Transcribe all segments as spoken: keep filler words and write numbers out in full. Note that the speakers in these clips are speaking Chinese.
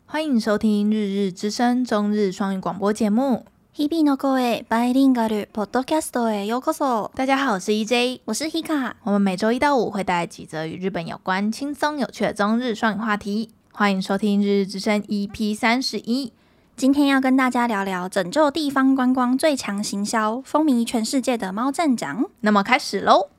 欢迎收听日日之声中日双语广播节目。 日々の声バイリンガルポッドキャストへようこそ。 大家好，我是 E J， 我是 Hika。 我们每周一到五会带来几则与日本有关、轻松有趣的中日双语话题。欢迎收听日日之声 E P 三十一。 今天要跟大家聊聊拯救地方观光最强行销，风靡全世界的猫站长。 那么开始喽。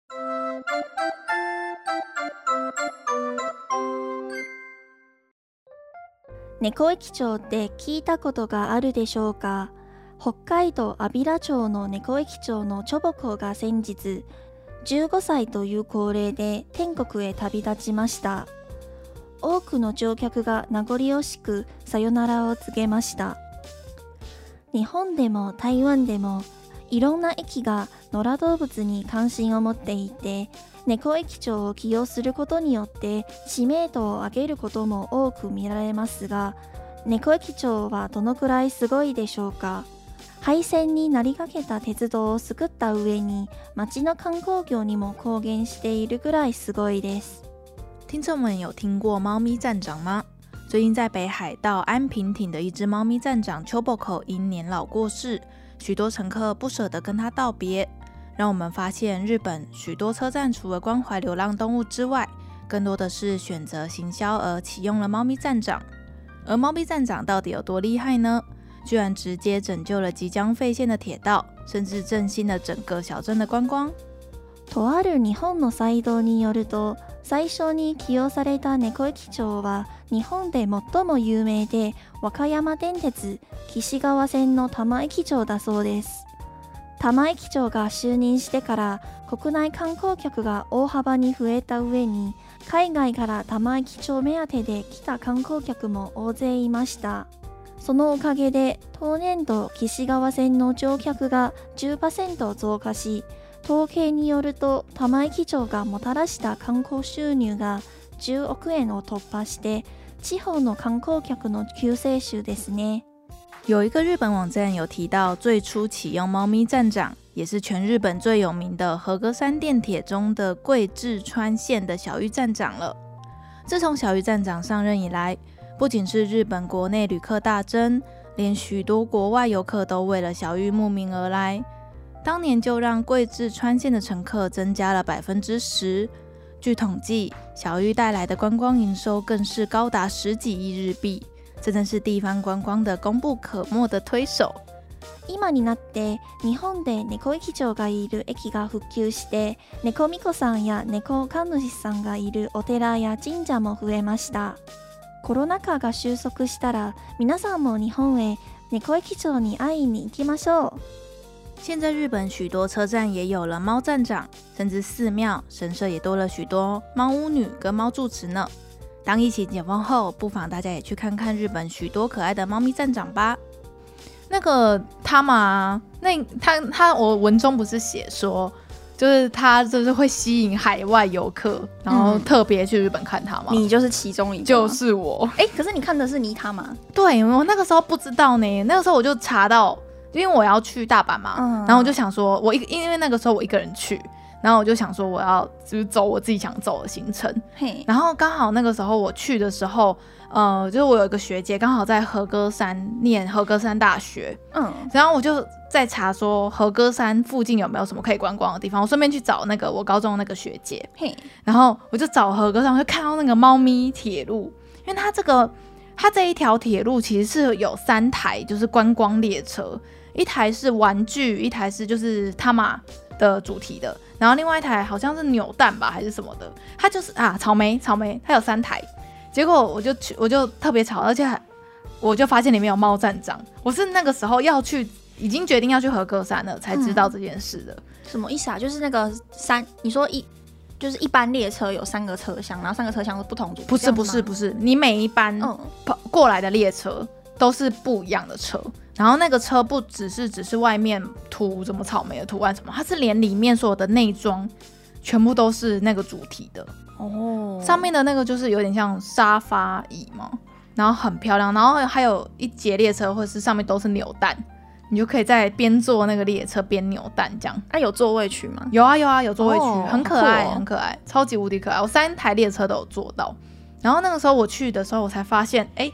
猫駅町って聞いたことがあるでしょうか。北海道安平町の猫駅町のチョボコが先日じゅうごさいという高齢で天国へ旅立ちました。多くの乗客が名残惜しくさよならを告げました。日本でも台湾でもいろんな駅が野良動物に関心を持っていて、猫駅長を起用することによって知名度を上げることも多く見られますが、猫駅長はどのくらいすごいでしょうか。廃線になりかけた鉄道を救った上に街の観光業にも貢献しているぐらいすごいです。 听众们有听过猫咪站长吗？最近在北海道安平町的一只猫咪站长 Choboko 因年老过世，许多乘客不舍得跟他道别，让我们发现日本许多车站除了关怀流浪动物之外，更多的是选择行销而启用了猫咪站长。而猫咪站长到底有多厉害呢？居然直接拯救了即将废线的铁道，甚至振兴了整个小镇的观光。 とある日本のサイトによると、最初に起用された猫駅長は日本で最も有名で、和歌山電鉄岸川線の多摩駅長だそうです。多摩駅長が就任してから国内観光客が大幅に増えた上に、海外から多摩駅長目当てで来た観光客も大勢いました。そのおかげで当年度岸川線の乗客が じゅっパーセント 増加し、統計によると多摩駅長がもたらした観光収入がじゅうおくえんを突破して、地方の観光客の救世主ですね。 有一个日本网站有提到，最初启用猫咪站长，也是全日本最有名的和歌山电铁中的贵志川线的小玉站长了。自从小玉站长上任以来，不仅是日本国内旅客大增，连许多国外游客都为了小玉慕名而来。当年就让贵志川线的乘客增加了 百分之十。 据统计，小玉带来的观光营收更是高达十几亿日币，这真是地方观光的功不可没的推手。 今になって日本で猫駅長がいる駅が復旧して、猫巫女さんや猫神主さんがいるお寺や神社も増えました。コロナ禍が収束したら、皆さんも日本へ猫駅長に会いに行きましょう。 现在日本许多车站也有了猫站长，甚至寺庙、神社也多了许多猫巫女跟猫住持呢。当疫情解封后，不妨大家也去看看日本许多可爱的猫咪站长吧。那个他嘛，那他他我文中不是写说，就是他就是会吸引海外游客，然后特别去日本看他吗？ 你就是其中一个。 就是我。 哎、欸，可是你看的是妮他吗？ 对，我那个时候不知道呢，那个时候我就查到。因为我要去大阪嘛，嗯、然后我就想说，我一因为那个时候我一个人去，然后我就想说我要就是走我自己想走的行程，然后刚好那个时候我去的时候，呃，就是我有一个学姐刚好在和歌山念和歌山大学，嗯，然后我就在查说和歌山附近有没有什么可以观光的地方，我顺便去找那个我高中的那个学姐，嘿，然后我就找和歌山，我就看到那个猫咪铁路，因为它这个它这一条铁路其实是有三台就是观光列车。一台是玩具，一台是就是他玛的主题的，然后另外一台好像是扭蛋吧还是什么的，它就是啊草莓草莓，它有三台。结果我就去我就特别吵，而且我就发现里面有猫站长。我是那个时候要去，已经决定要去和歌山了才知道这件事的。嗯、 什么意思啊？就是那个三，你说一就是一般列车有三个车厢，然后三个车厢是不同组。 不是不是不是，你每一班过来的列车都是不一样的车。然后那个车不只是只是外面涂什么草莓的图案什么，它是连里面所有的内装全部都是那个主题的哦。上面的那个就是有点像沙发椅嘛，然后很漂亮，然后还有一节列车或者是上面都是扭蛋，你就可以在边坐那个列车边扭蛋这样。 啊，有座位区吗？ 有啊有啊有座位区，哦、很可爱、哦、很可爱，超级无敌可爱。我三台列车都有坐到。然后那个时候我去的时候，我才发现，哎，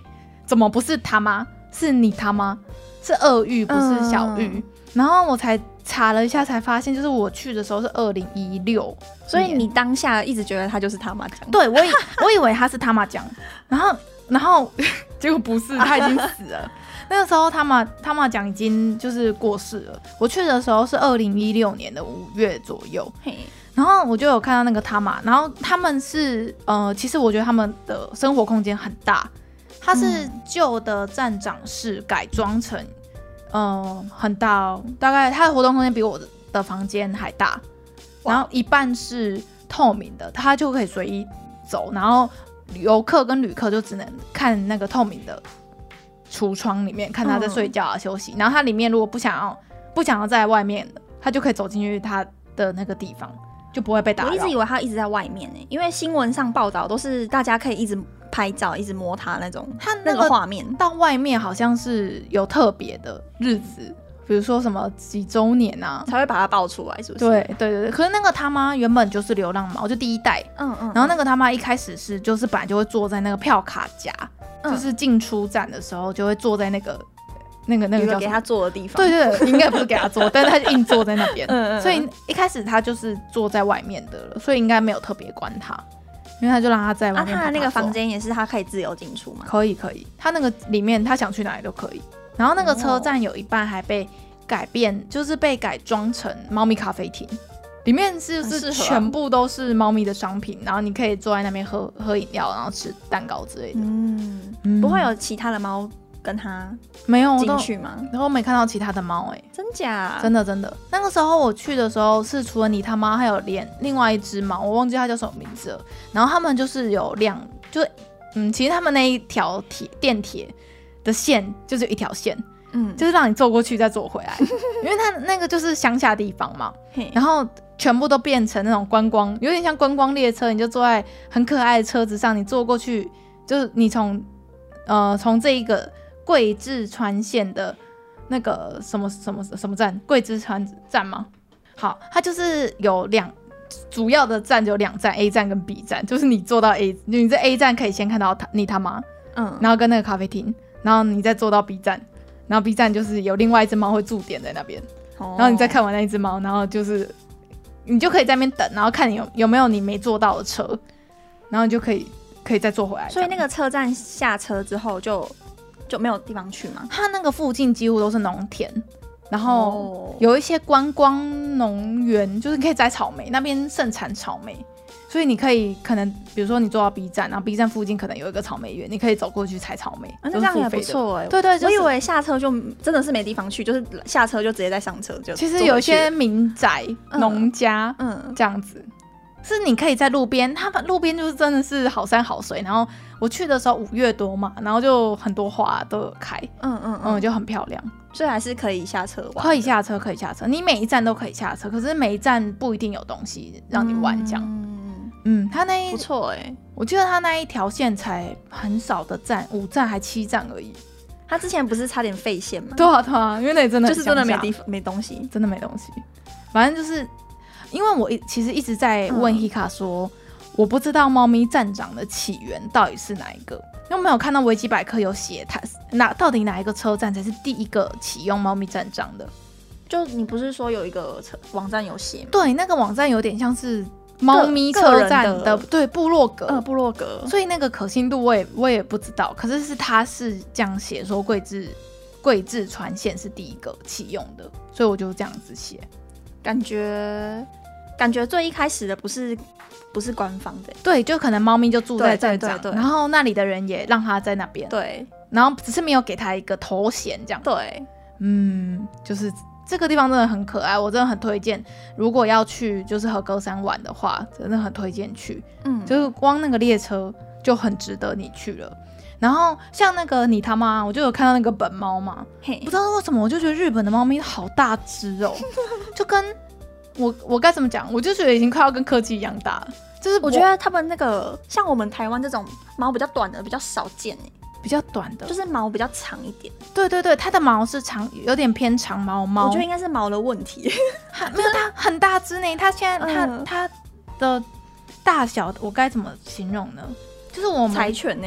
怎么不是他妈，是你他妈，是鳄鱼不是小玉、嗯、然后我才查了一下才发现，就是我去的时候是二零一六， 所以你当下一直觉得他就是他妈酱。 对，我以我以为他是他妈酱，然后然后结果不是，他已经死了。那个时候他妈他妈酱已经就是过世了。我去的时候是二零一六年的五月左右，然后我就有看到那个他妈，然后他们是呃，其实我觉得他们的生活空间很大，它是旧的站长室改装成。嗯，很大哦，大概它的活动空间比我的房间还大，然后一半是透明的，它就可以随意走，然后游客跟旅客就只能看那个透明的橱窗里面看他在睡觉啊、嗯、休息，然后它里面如果不想要不想要在外面的，他就可以走进去他的那个地方，就不会被打扰。 我一直以为他一直在外面呢，因为新闻上报道都是大家可以一直拍照一直摸它那种，它那个画面到外面好像是有特别的日子，比如说什么几周年啊才会把它爆出来，是不是？ 对对对对。可是那个他妈原本就是流浪猫，就第一代，嗯 嗯, 嗯。然后那个他妈一开始是就是本来就会坐在那个票卡夹，嗯、就是进出站的时候就会坐在那个那个那个叫给他坐的地方。 对对对，应该不是给他坐，但是他就硬坐在那边。嗯, 嗯, 嗯。所以一开始他就是坐在外面的了，所以应该没有特别关他。因为他就让他在外面爬爬。 啊，他的那个房间也是他可以自由进出吗？ 可以可以，他那个里面他想去哪里都可以。然后那个车站有一半还被改变，哦、就是被改装成猫咪咖啡厅，里面就是全部都是猫咪的商品，然后你可以坐在那边喝喝饮料，然后吃蛋糕之类的。嗯， 嗯不会有其他的猫跟他没有进去吗？ 然后没看到其他的猫哎、欸， 真假？ 真的真的。那个时候我去的时候是除了你他妈，还有连另外一只猫，我忘记它叫什么名字了。然后他们就是有两，就是嗯，其实他们那一条铁电铁的线就是有一条线，嗯，就是让你坐过去再坐回来，因为它那个就是乡下地方嘛，然后全部都变成那种观光，有点像观光列车，你就坐在很可爱的车子上，你坐过去，就是你从呃从这一个。桂志川线的那个什么什么什么站？桂志川站吗？好，它就是有两主要的站，就有两站 ，A 站跟 B 站。就是你坐到 A， 你在 A 站可以先看到他你他妈，嗯，然后跟那个咖啡厅，然后你再坐到 B 站，然后 B 站就是有另外一只猫会驻点在那边，哦、然后你再看完那一只猫，然后就是你就可以在那边等，然后看你有有没有你没坐到的车，然后你就可以可以再坐回来。 所以那个车站下车之后就。就没有地方去吗？ 它那个附近几乎都是农田，然后有一些观光农园，就是可以摘草莓，那边盛产草莓，所以你可以可能比如说你坐到 B 站，然后 B 站附近可能有一个草莓园，你可以走过去采草莓， 啊、那这样也不错哎、欸。 对 对, 对、就是， 我以为下车就真的是没地方去，就是下车就直接再上车就。 其实有一些民宅、农、嗯、家，嗯，这样子。是你可以在路边，它路边就是真的是好山好水，然后我去的时候五月多嘛，然后就很多花都有开，嗯嗯嗯，就很漂亮， 所以还是可以下车玩。 可以下车，可以下车，你每一站都可以下车，可是每一站不一定有东西让你玩，这样。嗯嗯，它那一不错哎、欸， 我记得它那一条线才很少的站，五站还七站而已。 它之前不是差点废线吗？ 对啊对啊，因为那里真的就是真的没地没东西， 真的没东西，反正就是。因为我其实一直在问 Hika 说、嗯，我不知道猫咪站长的起源到底是哪一个，因为没有看到维基百科有写它哪到底哪一个车站才是第一个启用猫咪站长的。 就你不是说有一个网站有写吗？ 对，那个网站有点像是猫咪车站 的, 的对部落格， 呃部落格， 所以那个可信度我也我也不知道。可是是他是这样写说桂志桂志川线是第一个启用的，所以我就这样子写， 感觉。感觉最一开始的不是不是官方的， 对，就可能猫咪就住在站长，然后那里的人也让他在那边， 对， 然后只是没有给他一个头衔这样， 对， 嗯，就是这个地方真的很可爱，我真的很推荐，如果要去就是和歌山玩的话，真的很推荐去，嗯，就是光那个列车就很值得你去了。然后像那个你他妈，我就有看到那个本猫嘛，不知道为什么我就觉得日本的猫咪好大只哦，就跟。我我该怎么讲？我就觉得已经快要跟柯基一样大了。就是我我觉得他们那个像我们台湾这种毛比较短的比较少见哎， 比较短的， 就是毛比较长一点。 对对对，它的毛是长，有点偏长毛毛。 我觉得应该是毛的问题。 没有，它很大只呢。它现在它、嗯、它的大小，我该怎么形容呢？就是我们柴犬那样。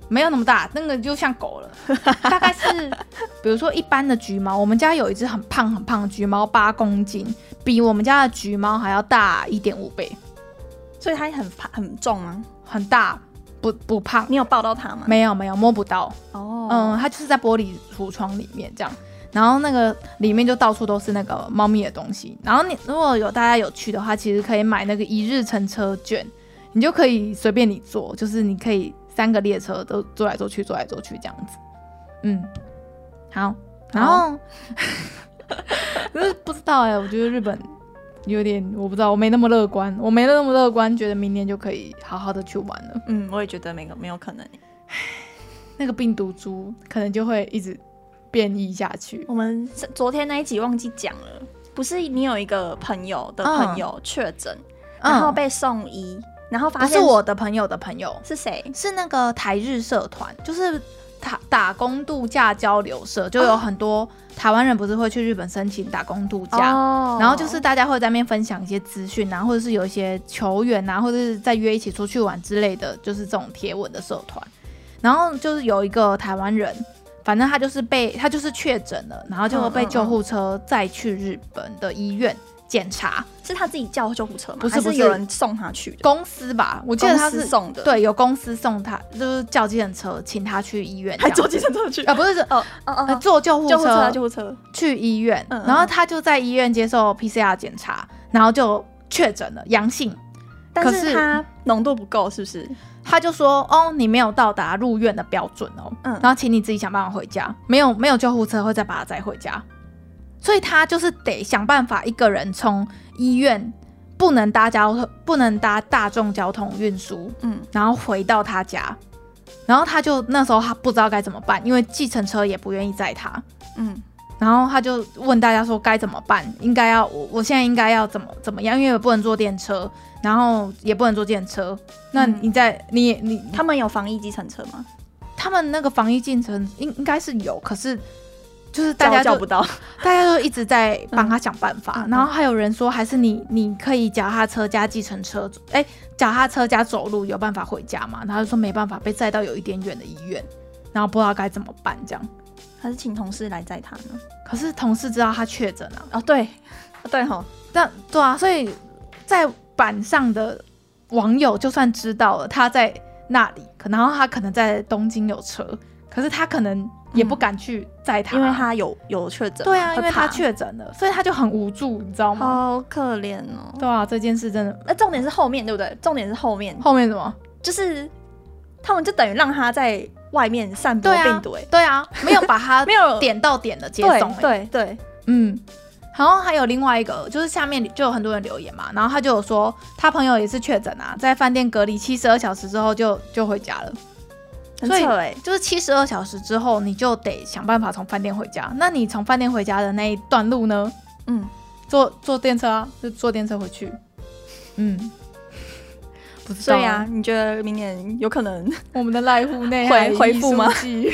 没有那么大，那个就像狗了，大概是比如说一般的橘猫，我们家有一只很胖很胖的橘猫，八公斤，比我们家的橘猫还要大一点五倍， 所以它很很重吗？ 很大，不不胖。 你有抱到它吗？ 没有没有，摸不到。 哦， 嗯，它就是在玻璃橱窗里面这样。然后那个里面就到处都是那个猫咪的东西，然后你如果有大家有去的话，其实可以买那个一日乘车券，你就可以随便你坐，就是你可以三个列车都坐来坐去，坐来坐去这样子。嗯，好，然后可是不知道哎、欸，我觉得日本有点，我不知道，我没那么乐观，我没那么乐观，觉得明年就可以好好的去玩了。 嗯，我也觉得没有没有可能， 那个病毒株可能就会一直变异下去。 我们昨天那一集忘记讲了，不是你有一个朋友的朋友确诊、嗯，然后被送医，然后发现不是我的朋友的朋友是谁？是那个台日社团，就是打打工度假交流社，就有很多台湾人不是会去日本申请打工度假，哦、然后就是大家会在那边分享一些资讯啊，或者是有一些球员啊，或者是再约一起出去玩之类的，就是这种贴文的社团。然后就是有一个台湾人。反正他就是被他就是确诊了，然后就被救护车载去日本的医院检查。 是他自己叫救护车吗？ 不是，不是， 还是有人送他去的？ 公司吧，我记得他是送的。 对，有公司送他，就是叫计程车请他去医院， 还坐计程车去啊？不是，哦哦哦， 坐救护车， 救护车，救护车去医院、 嗯嗯。 然后他就在医院接受 P C R 检查，然后就确诊了阳性。 但是他浓度不够，是不是？ 他就说：“哦，你没有到达入院的标准哦，嗯，然后请你自己想办法回家，没有没有救护车会再把他载回家，所以他就是得想办法一个人从医院不能搭交通不能搭大众交通运输，嗯，然后回到他家，然后他就那时候他不知道该怎么办，因为计程车也不愿意载他，嗯。”然后他就问大家说该怎么办，应该要我我现在应该要怎么怎么样，因为我不能坐电车，然后也不能坐电车。那你在、嗯、你你他们有防疫计程车吗？ 他们那个防疫计程应应该是有，可是就是大家叫不到， 大家都一直在帮他想办法。嗯、然后还有人说，还是你你可以脚踏车加计程车，哎，脚踏车加走路有办法回家吗？他就说没办法，被载到有一点远的医院，然后不知道该怎么办这样。 还是请同事来载他呢？ 可是同事知道他确诊啊。 哦，对，对齁， 但对啊，所以在板上的网友就算知道了他在那里，然后他可能在东京有车，可是他可能也不敢去载他、 嗯，因为他有有确诊。 对啊，因为他确诊了，所以他就很无助，你知道吗？ 好可怜哦。 对啊，这件事真的。 那重点是后面，对不对？重点是后面。 后面什么？ 就是他们就等于让他在外面散播病毒、欸， 对啊，对啊，没有把他没有点到点的接种、欸， 对对对， 嗯。然后还有另外一个，就是下面就有很多人留言嘛，然后他就有说他朋友也是确诊啊，在饭店隔离七十二小时之后就就回家了， 很扯哎、 欸，就是七十二小时之后你就得想办法从饭店回家。那你从饭店回家的那一段路呢？嗯，坐坐电车啊，就坐电车回去。嗯。 所以啊，你觉得明年有可能我们的濑户内海恢复吗？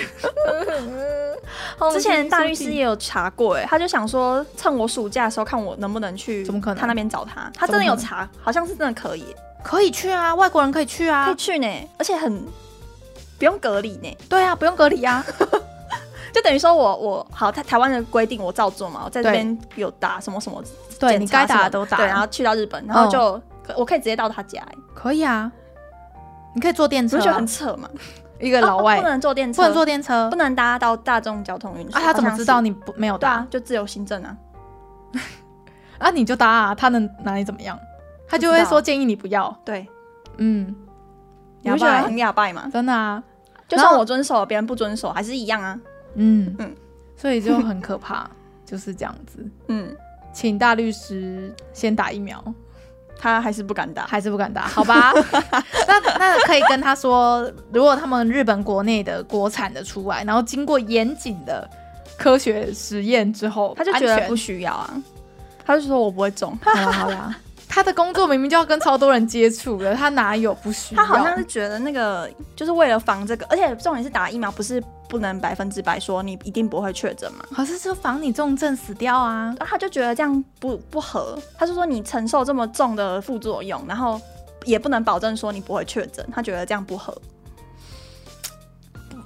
之前大律师也有查过，哎，他就想说趁我暑假的时候看我能不能去，怎么可能？他那边找他，他真的有查，好像是真的可以， 可以去啊，外国人可以去啊， 可以去呢，而且很不用隔离呢。 对啊，不用隔离啊， 就等于说我我好，台台湾的规定我照做嘛，我在这边有打什么什么， 对你该打的都打， 对，然后去到日本，然后就。哦我可以直接到他家、欸， 可以啊，你可以坐电车、啊， 不觉得很扯吗？ 一个老外、 啊、不能坐电车， 不能坐电车， 不能搭到大众交通运输啊？他怎么知道你不没有搭？ 对啊，就自由行政啊， 啊你就搭啊，他能拿你怎么样？他就会说建议你不要。 对， 嗯， 你不觉得很哑巴吗？ 真的啊， 就算我遵守，别人不遵守，还是一样啊。 嗯嗯，所以就很可怕，就是这样子。嗯，请大律师先打疫苗。 他还是不敢打， 还是不敢打，好吧？那那可以跟他说，如果他们日本国内的国产的出来，然后经过严谨的科学实验之后， 他就觉得不需要啊，他就说我不会中。 好啦好啦，他的工作明明就要跟超多人接触的，他哪有不需要？ 他好像是觉得那个就是为了防这个，而且重点是打疫苗不是不能百分之百说你一定不会确诊嘛？ 可是就防你重症死掉啊！ 他就觉得这样不不合，他就说你承受这么重的副作用，然后也不能保证说你不会确诊，他觉得这样不合。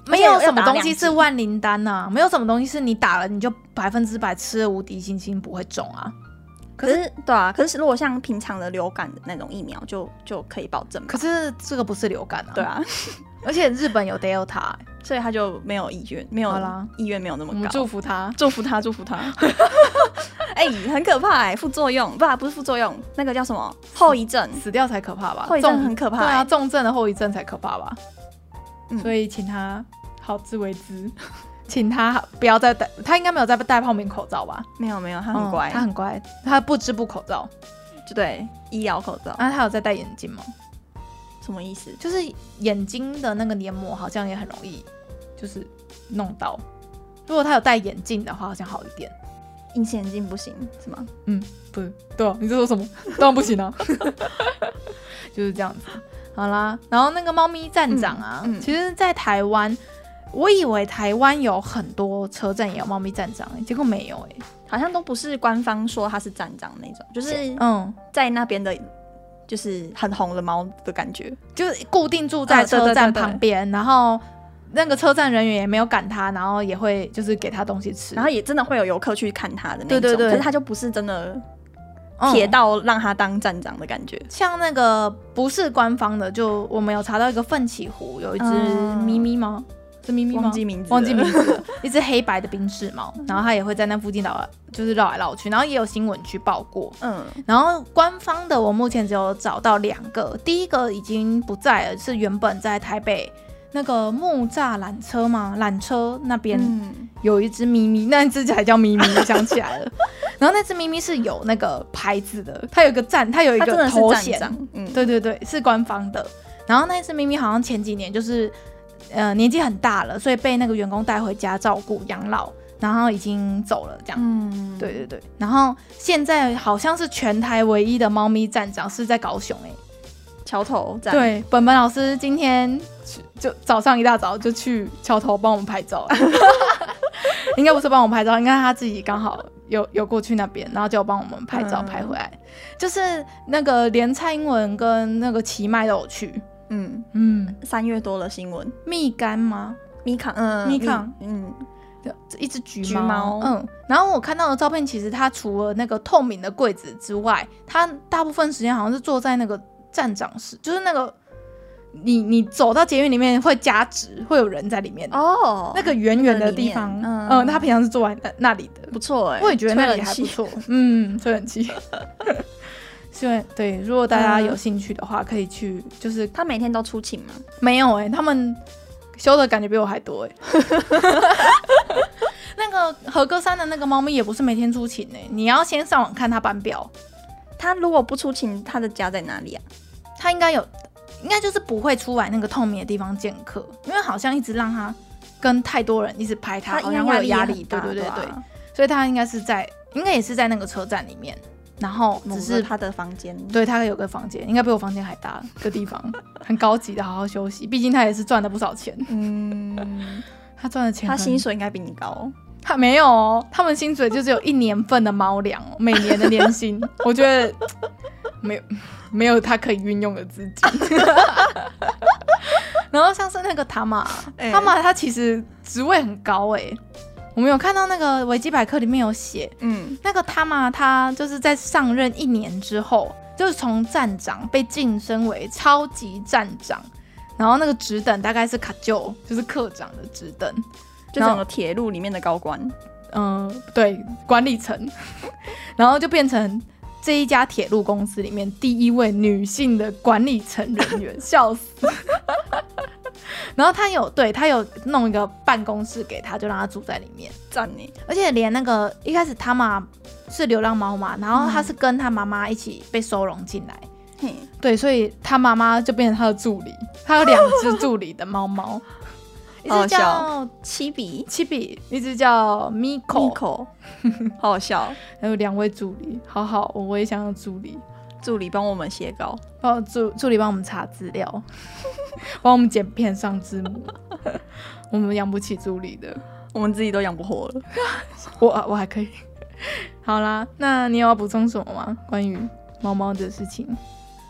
没有什么东西是万灵丹啊，没有什么东西是你打了你就百分之百吃了无敌星星不会中啊。 可是对啊，可是如果像平常的流感的那种疫苗就就可以保证嘛。 可是这个不是流感啊。 对啊， 而且日本有 Delta，欸， 所以他就没有意愿，没有意愿没有那么高。 我们祝福他， 祝福他，祝福他。哎、欸，很可怕哎、欸，副作用不、啊，不是副作用，那个叫什么后遗症？ 死掉才可怕吧？ 后遗症很可怕、欸。 对啊，重症的后遗症才可怕吧？嗯、所以请他好自为之。请他不要再戴，他应该没有再戴泡棉口罩吧？ 没有没有，他很乖，嗯、 他很乖，他不织布口罩， 就对，医疗口罩。 啊，他有在戴眼镜吗？ 什么意思？ 就是眼睛的那个黏膜好像也很容易，就是弄到。如果他有戴眼镜的话，好像好一点。 隐形眼镜不行是吗？ 嗯，不是，对啊，你在说什么？当然不行啊，就是这样子。好啦，然后那个猫咪站长啊，嗯嗯、其实，在台湾。我以为台湾有很多车站也有猫咪站长、欸，结果没有哎、欸， 好像都不是官方说他是站长那种，就是嗯，在那边的，就是很红的猫的感觉， 就是固定住在车站旁边、嗯，然后那个车站人员也没有赶他，然后也会就是给他东西吃， 然后也真的会有游客去看他的那种，对对对， 可是他就不是真的铁到让他当站长的感觉。 嗯、像那个不是官方的，就我们有查到一个奋起湖有一只咪咪吗？嗯是咪咪吗？ 忘记名字， 忘记名字了。一只黑白的宾士猫，然后它也会在那附近绕，就是绕来绕去，然后也有新闻去报过。嗯，然后官方的我目前只有找到两个，第一个已经不在了，是原本在台北那个木栅缆车嘛，缆车那边有一只咪咪，那只才叫咪咪，我想起来了。然后那只咪咪是有那个牌子的，它有一个站，它有一个头衔，嗯，对对对，是官方的。然后那只咪咪好像前几年就是。呃，年纪很大了，所以被那个员工带回家照顾养老，然后已经走了，这样。嗯，对对对。然后现在好像是全台唯一的猫咪站长是在高雄哎、欸， 桥头站。 对，本本老师今天就早上一大早就去桥头帮我们拍照，应该不是帮我们拍照，应该他自己刚好有有过去那边，然后就帮我们拍照拍回来。嗯、就是那个连蔡英文跟那个奇迈都有去。 嗯嗯，三月多的新闻， 蜜柑吗？ 蜜康，嗯， 蜜康， 嗯， 一只橘猫，橘猫，嗯。然后我看到的照片，其实它除了那个透明的柜子之外，它大部分时间好像是坐在那个站长室，就是那个你你走到捷运里面会加值，会有人在里面哦，那个圆圆的地方，嗯，嗯，他平常是坐在 那, 那里的， 不错哎、欸， 我也觉得那里还不错，嗯，吹冷气。对，如果大家有兴趣的话，可以去。就是他每天都出勤吗？ 没有哎、欸，他们休的感觉比我还多哎、欸。那个和歌山的那个猫咪也不是每天出勤哎、欸，你要先上网看它班表。 它如果不出勤，它的家在哪里啊？ 它应该有，应该就是不会出来那个透明的地方见客，因为好像一直让它跟太多人一直拍它，好像会有压力。对对对对，所以它应该是在，应该也是在那个车站里面。然后只是他的房间， 对，他有个房间，应该比我房间还大个地方，很高级的，好好休息。毕竟他也是赚了不少钱，嗯，他赚的钱， 他薪水应该比你高。 他没有哦，他们薪水就只有一年份的猫粮，每年的年薪，我觉得没有没有他可以运用的资金。然后像是那个塔玛，塔玛他其实职位很高哎、欸。我们有看到那个维基百科里面有写，嗯，那个他嘛，他就是在上任一年之后，就是从站长被晋升为超级站长，然后那个职等大概是卡就，就是科长的职等， 就整个铁路里面的高官， 嗯、呃，对，管理层，然后就变成这一家铁路公司里面第一位女性的管理层人员，笑死。然后他有对他有弄一个办公室给他，就让他住在里面， 赞耶！ 而且连那个一开始他妈是流浪猫嘛，然后他是跟他妈妈一起被收容进来，嗯、对，所以他妈妈就变成他的助理，他有两只助理的猫猫，一只叫七比七比，一只叫 Miko， Miko 好好笑， 还有两位助理，好好，我也想要助理。 助理帮我们写稿， 帮助助理帮我们查资料，帮我们剪片上字幕。我们养不起助理的， 我们自己都养不活了。 我我还可以。好啦，那你有要补充什么吗？关于猫猫的事情？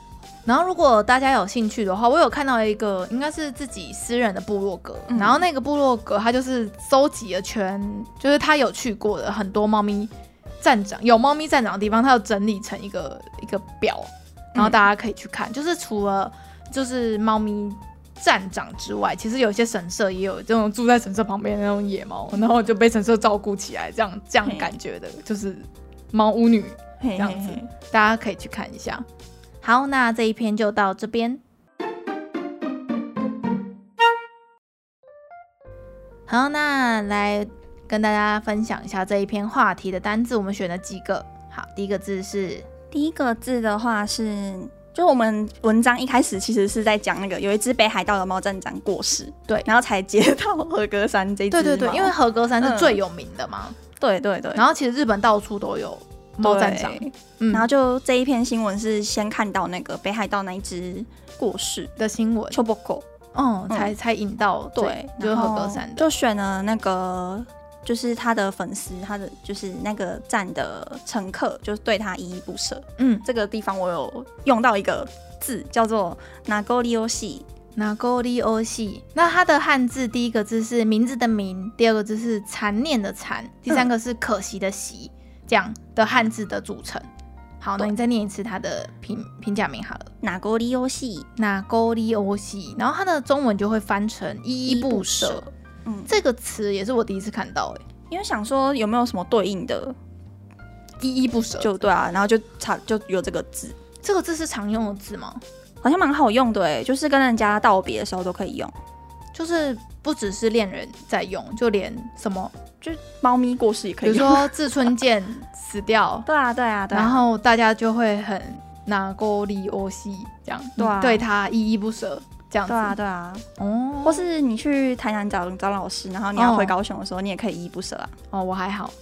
然后如果大家有兴趣的话，我有看到一个应该是自己私人的部落格、嗯、然后那个部落格他就是搜集了全就是他有去过的很多猫咪站长有猫咪站长的地方，他有整理成一个一个表，然后大家可以去看、嗯、就是除了就是猫咪站长之外，其实有些神社也有这种住在神社旁边的那种野猫，然后就被神社照顾起来，这样这样感觉的就是猫巫女这样子，大家可以去看一下。好，那这一篇就到这边。好，那来跟大家分享一下这一篇话题的单字，我们选了几个。好，第一个字是， 第一个字的话是，就我们文章一开始其实是在讲那个有一只北海道的猫站长过世， 对， 然后才接到和歌山这只猫。 对对对，因为和歌山是最有名的嘛。 嗯、对对对。 然后其实日本到处都有猫站长、 嗯，然后就这一篇新闻是先看到那个北海道那一只过世的新闻 Choboko， 嗯，才才引到对， 就是和歌山的， 就选了那个就是他的粉丝，他的就是那个站的乘客，就是对他依依不舍。嗯，这个地方我有用到一个字叫做名残惜し。 名残惜し，那它的汉字第一个字是名字的名，第二个字是残念的残，第三个是可惜的惜。嗯，这样的汉字的组成。好，那你再念一次它的平平假名好了。 名残惜し， 名残惜し，然后它的中文就会翻成依依不舍。嗯，这个词也是我第一次看到、欸， 因为想说有没有什么对应的依依不舍， 就对啊，然后就查就有这个字。 这个字是常用的字吗？ 好像蛮好用的哎，就是跟人家道别的时候都可以用， 就是不只是恋人在用，就连什么。 就猫咪过世也可以用， 比如说志春健死掉， 对啊对啊对啊， 然后大家就会很名残惜这样，对啊，对他依依不舍这样子， 对啊对啊，哦，或是你去台南找找老师，然后你要回高雄的时候，哦、你也可以依依不舍啊。 哦，我还好。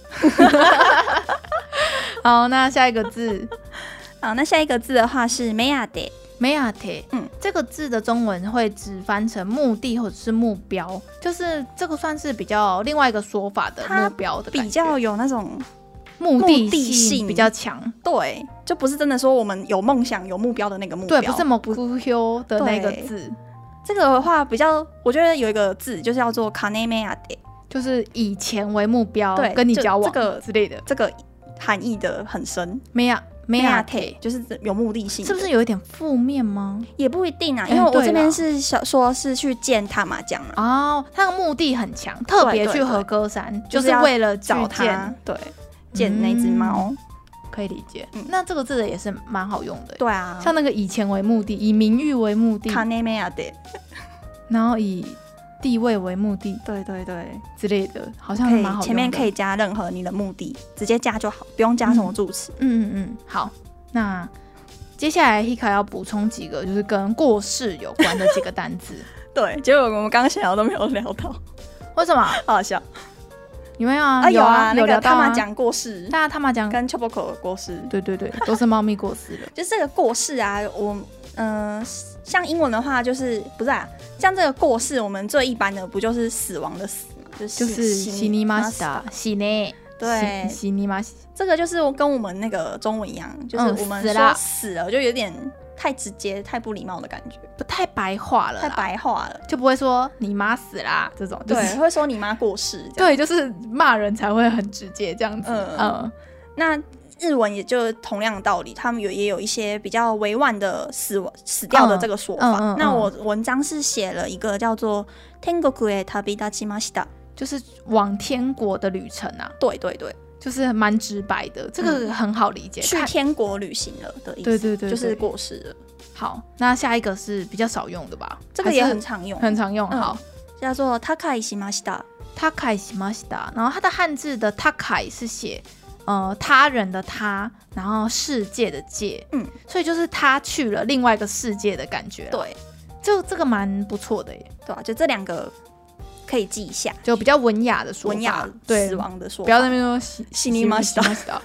好，那下一个字， 好，那下一个字的话是目当て。 目当て，嗯，这个字的中文会直翻成目的或者是目标，就是这个算是比较另外一个说法的目标的感觉， 比较有那种目的性比较强， 对，就不是真的说我们有梦想有目标的那个目标， 对，不是目標的那个字。 这个的话比较，我觉得有一个字就叫做金目当て， 就是以钱为目标，对，跟你交往这个之类的， 这个含义的很深。 目当目当て就是有目的性的， 是不是有一点负面吗？ 也不一定啊，因为我这边是说是去见他嘛，讲哦，他的目的很强，特别去和歌山，就是为了找他， 对，见那只猫， 可以理解。嗯、那这个字也是蛮好用的， 对啊， 像那个以钱为目的，以名誉为目的， 金目当て， 然后以地位为目的， 对对对之类的，好像蛮好用的。 前面可以加任何你的目的，直接加就好，不用加什么助词。 嗯嗯嗯，好。那接下来 Hika 要补充几个就是跟过世有关的几个单字。 对，结果我们刚刚想聊都没有聊到， 为什么？ 好好笑。 有没有啊？ 啊有啊， 有那个他妈讲过世， 大家他妈讲跟 Choboko 过世， 对对对，都是猫咪过世了。 就是这个过世啊，我嗯、呃，像英文的话就是不是啊，像这个过世，我们最一般的不就是死亡的死嘛， 就是死にました，死ね， 对， 死にました。 这个就是跟我们那个中文一样，就是我们说死了，就有点太直接、太不礼貌的感觉， 不太白话了， 太白话了， 就不会说你妈死啦这种， 对，会说你妈过世， 对，就是骂人才会很直接这样子。嗯嗯， 那日文也就同样的道理，他们有也有一些比较委婉的死死掉的这个说法。嗯嗯嗯、那我文章是写了一个叫做天国へ旅立ちました， 就是往天国的旅程啊。 对对对。 就是蛮直白的，这个很好理解。嗯、 去天国旅行了的意思， 对对 对, 对， 就是过世了。 好，那下一个是比较少用的吧？ 这个也很常用， 很常用。 嗯、 好， 叫做他卡しました。 他卡しました。然后它的汉字的他卡是写呃他人的他，然后世界的界，嗯，所以就是他去了另外一个世界的感觉。 对， 就这个蛮不错的耶。 对啊，就这两个。可以记一下， 就比较文雅的说法， 文雅对死亡的说法， 不要在那边说死死にました，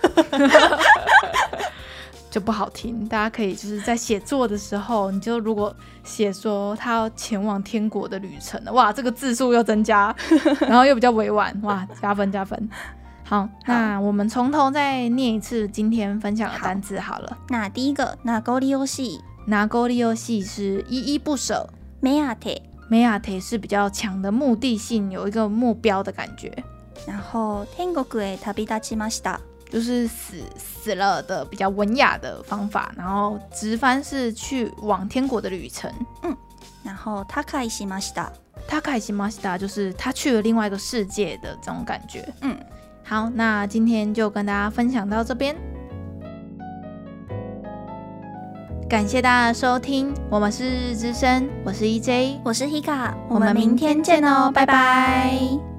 就不好听。大家可以就是在写作的时候，你就如果写说他要前往天国的旅程了，哇，这个字数又增加，然后又比较委婉，哇，加分加分。好，那我们从头再念一次今天分享的单字好了。 那第一个名残惜し， 名残惜し是依依不舍， 目当て目当て是比较强的目的性，有一个目标的感觉。 然后天国へ旅立ちました， 就是死死了的比较文雅的方法。然后直翻是去往天国的旅程。 嗯，然后他開しました， 他開しました就是他去了另外一个世界的这种感觉。 嗯， 好，那今天就跟大家分享到这边。感谢大家的收听，我们是日之声，我是 E J， 我是 Hika， 我们明天见哦，拜拜。